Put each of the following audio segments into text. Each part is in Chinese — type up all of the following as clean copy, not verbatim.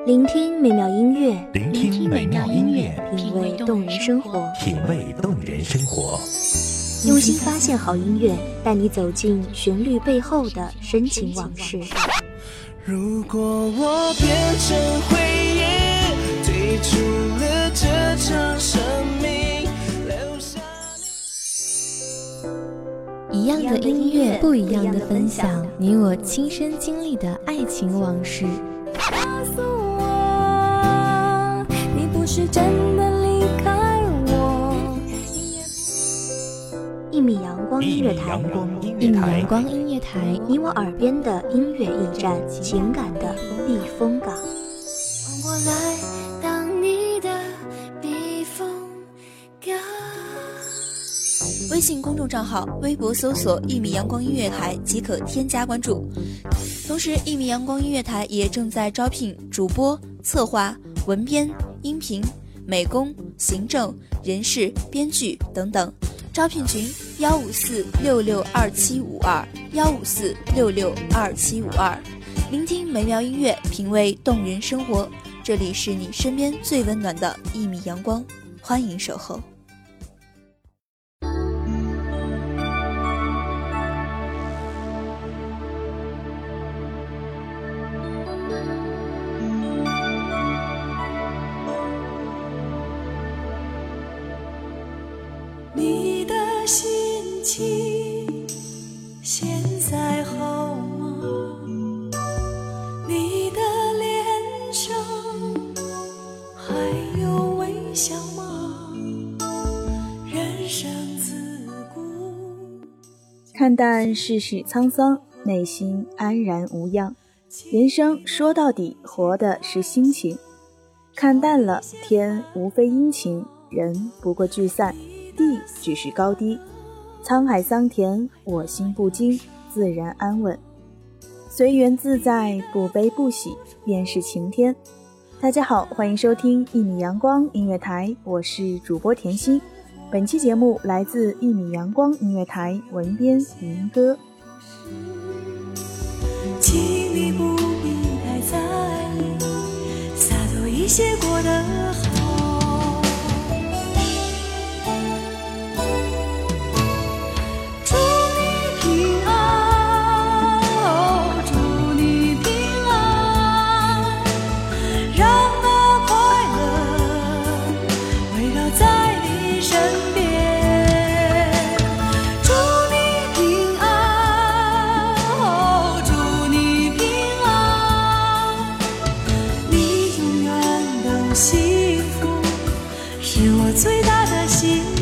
聆听美妙音乐， 聆听美妙音乐， 品味动人生活， 品味动人生活。 用心发现好音乐，带你走进旋律背后的深情往事。 如果我变成回忆，退出了这场生命，留下一样的音乐，不一样的分享，你我亲身经历的爱情往事。 告诉我，你不是真的离开我。 一米阳光音乐台， 一米阳光音乐台， 你我耳边的音乐驿站，情感的避风港。 换我来当你的避风港。 微信公众账号、微博搜索“一米阳光音乐台”即可添加关注。同时，一米阳光音乐台也正在招聘主播、策划、文编、音频、美工、行政、人事、编剧等等。招聘群154662752，154662752。聆听美妙音乐，品味动人生活。这里是你身边最温暖的一米阳光，欢迎守候。 你的心情现在好吗？你的脸上还有微笑吗？人生自古， 看淡世事沧桑，内心安然无恙。人生说到底，活的是心情。看淡了，天无非阴晴，人不过聚散，地只是高低。沧海桑田，我心不惊，自然安稳。随缘自在，不悲不喜，便是晴天。大家好，欢迎收听一米阳光音乐台，我是主播甜心。本期节目来自一米阳光音乐台文编云歌。 请你不必太在意，洒脱一些过得好。祝你平安，哦，祝你平安，让那快乐围绕在你身边。祝你平安，哦，祝你平安，你永远都幸福，是我最大的心愿。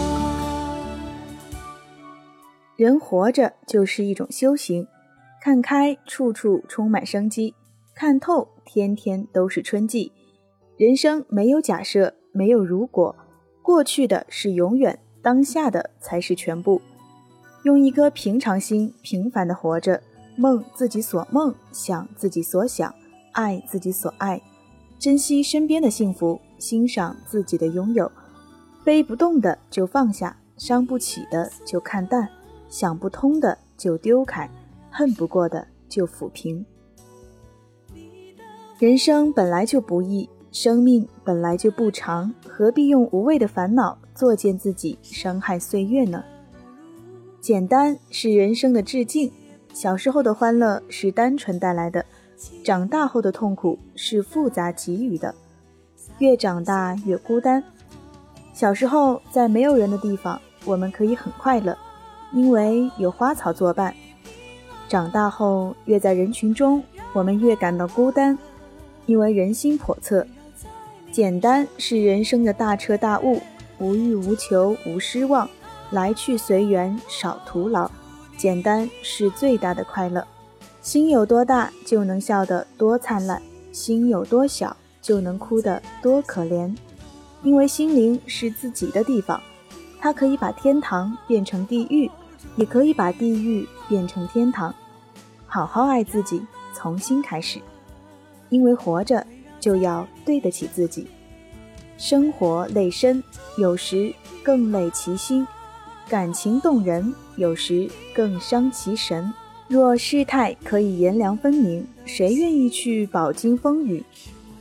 人活着就是一种修行，看开，处处充满生机；看透，天天都是春季。人生没有假设，没有如果，过去的是永远，当下的才是全部。用一颗平常心，平凡的活着，梦自己所梦，想自己所想，爱自己所爱，珍惜身边的幸福，欣赏自己的拥有。背不动的就放下，伤不起的就看淡，想不通的就丢开，恨不过的就抚平。人生本来就不易，生命本来就不长，何必用无谓的烦恼作践自己，伤害岁月呢？简单是人生的致敬，小时候的欢乐是单纯带来的，长大后的痛苦是复杂给予的。越长大越孤单。小时候在没有人的地方，我们可以很快乐，因为有花草作伴。长大后越在人群中，我们越感到孤单，因为人心叵测。简单是人生的大彻大悟，无欲无求无失望，来去随缘少徒劳。简单是最大的快乐。心有多大就能笑得多灿烂，心有多小就能哭得多可怜。因为心灵是自己的地方，它可以把天堂变成地狱，也可以把地狱变成天堂。好好爱自己，从心开始。因为活着就要对得起自己。生活累身，有时更累其心；感情动人，有时更伤其神。若事态可以炎凉分明，谁愿意去饱经风雨？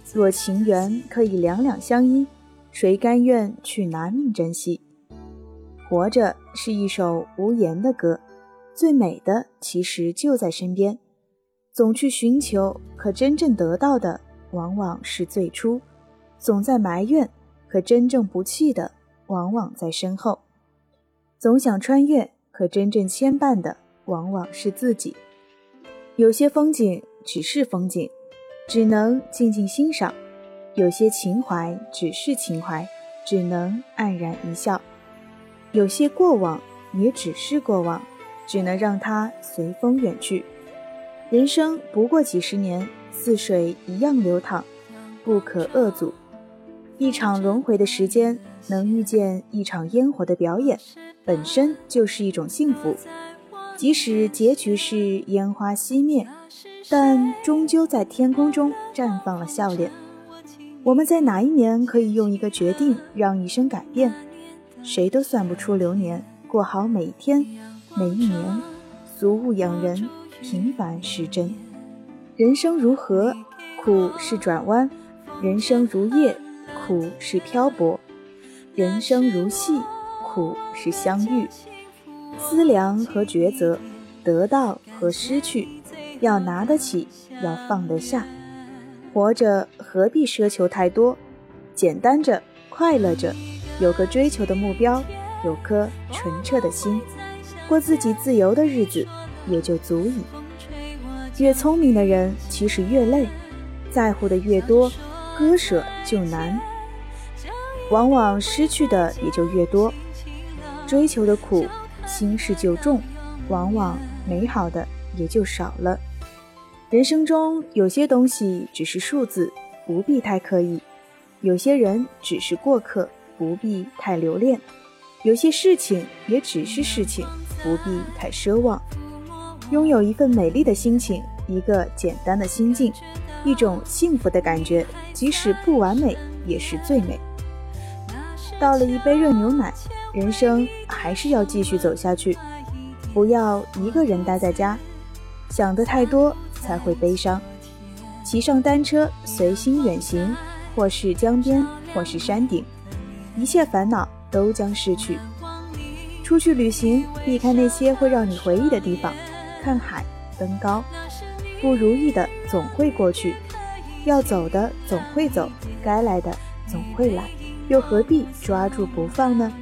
若情缘可以两两相依，谁甘愿去拿命珍惜？活着是一首无言的歌，最美的其实就在身边。总去寻求，可真正得到的往往是最初；总在埋怨，可真正不弃的往往在身后。总想穿越，可真正牵绊的往往是自己。有些风景只是风景，只能静静欣赏；有些情怀只是情怀，只能黯然一笑；有些过往也只是过往，只能让它随风远去。人生不过几十年，似水一样流淌，不可遏阻。一场轮回的时间，能遇见一场烟火的表演，本身就是一种幸福。即使结局是烟花熄灭，但终究在天空中绽放了笑脸。我们在哪一年可以用一个决定让一生改变？谁都算不出流年，过好每一天每一年，俗物养人，平凡是真。人生如河，苦是转弯；人生如夜，苦是漂泊；人生如戏，苦是相遇。思量和抉择，得到和失去，要拿得起，要放得下。活着何必奢求太多，简单着，快乐着，有个追求的目标，有颗纯澈的心，过自己自由的日子也就足矣。越聪明的人其实越累，在乎的越多，割舍就难，往往失去的也就越多。追求的苦，心事就重，往往美好的也就少了。人生中有些东西只是数字，不必太刻意；有些人只是过客，不必太留恋；有些事情也只是事情，不必太奢望。拥有一份美丽的心情，一个简单的心境，一种幸福的感觉，即使不完美也是最美。倒了一杯热牛奶，人生还是要继续走下去，不要一个人待在家，想得太多才会悲伤。骑上单车随心远行，或是江边，或是山顶，一切烦恼都将逝去。出去旅行，避开那些会让你回忆的地方，看海登高。不如意的总会过去，要走的总会走，该来的总会来，又何必抓住不放呢？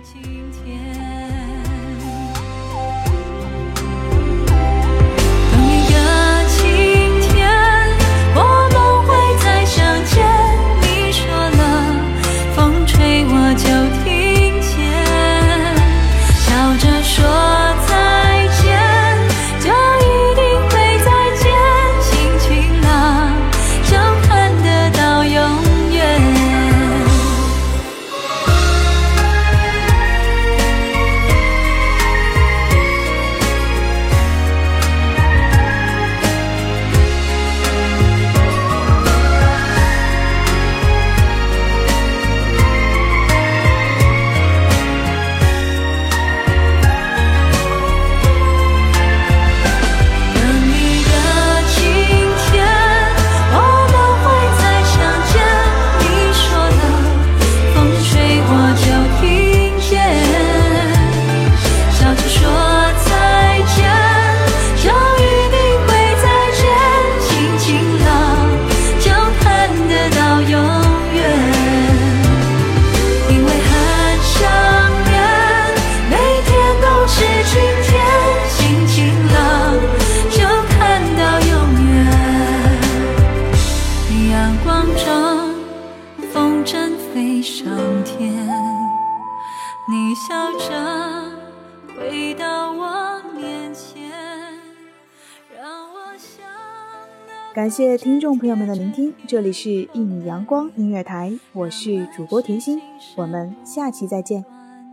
感谢听众朋友们的聆听，这里是一米阳光音乐台，我是主播甜心，我们下期再见。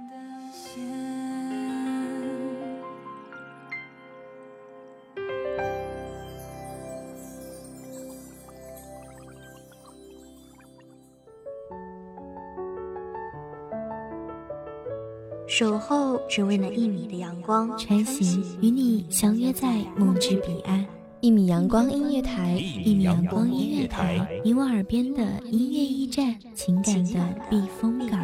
守候只为那1米的阳光， 晨曦与你相约在梦之彼岸。 1米阳光音乐台 1米阳光音乐台， 你我耳边的音乐驿站，情感的避风港。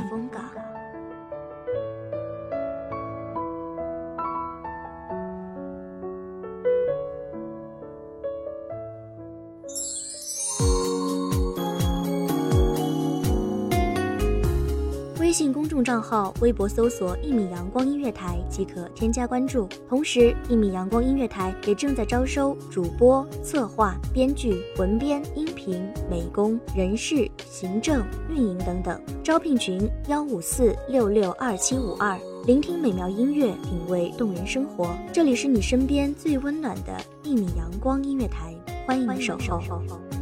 微信公众账号、微博搜索1米阳光音乐台即可添加关注。同时，1米阳光音乐台也正在招收主播、策划、编剧、文编、音频、美工、人事、行政、运营等等。招聘群154662752。聆听美妙音乐，品味动人生活。这里是你身边最温暖的1米阳光音乐台，欢迎守候。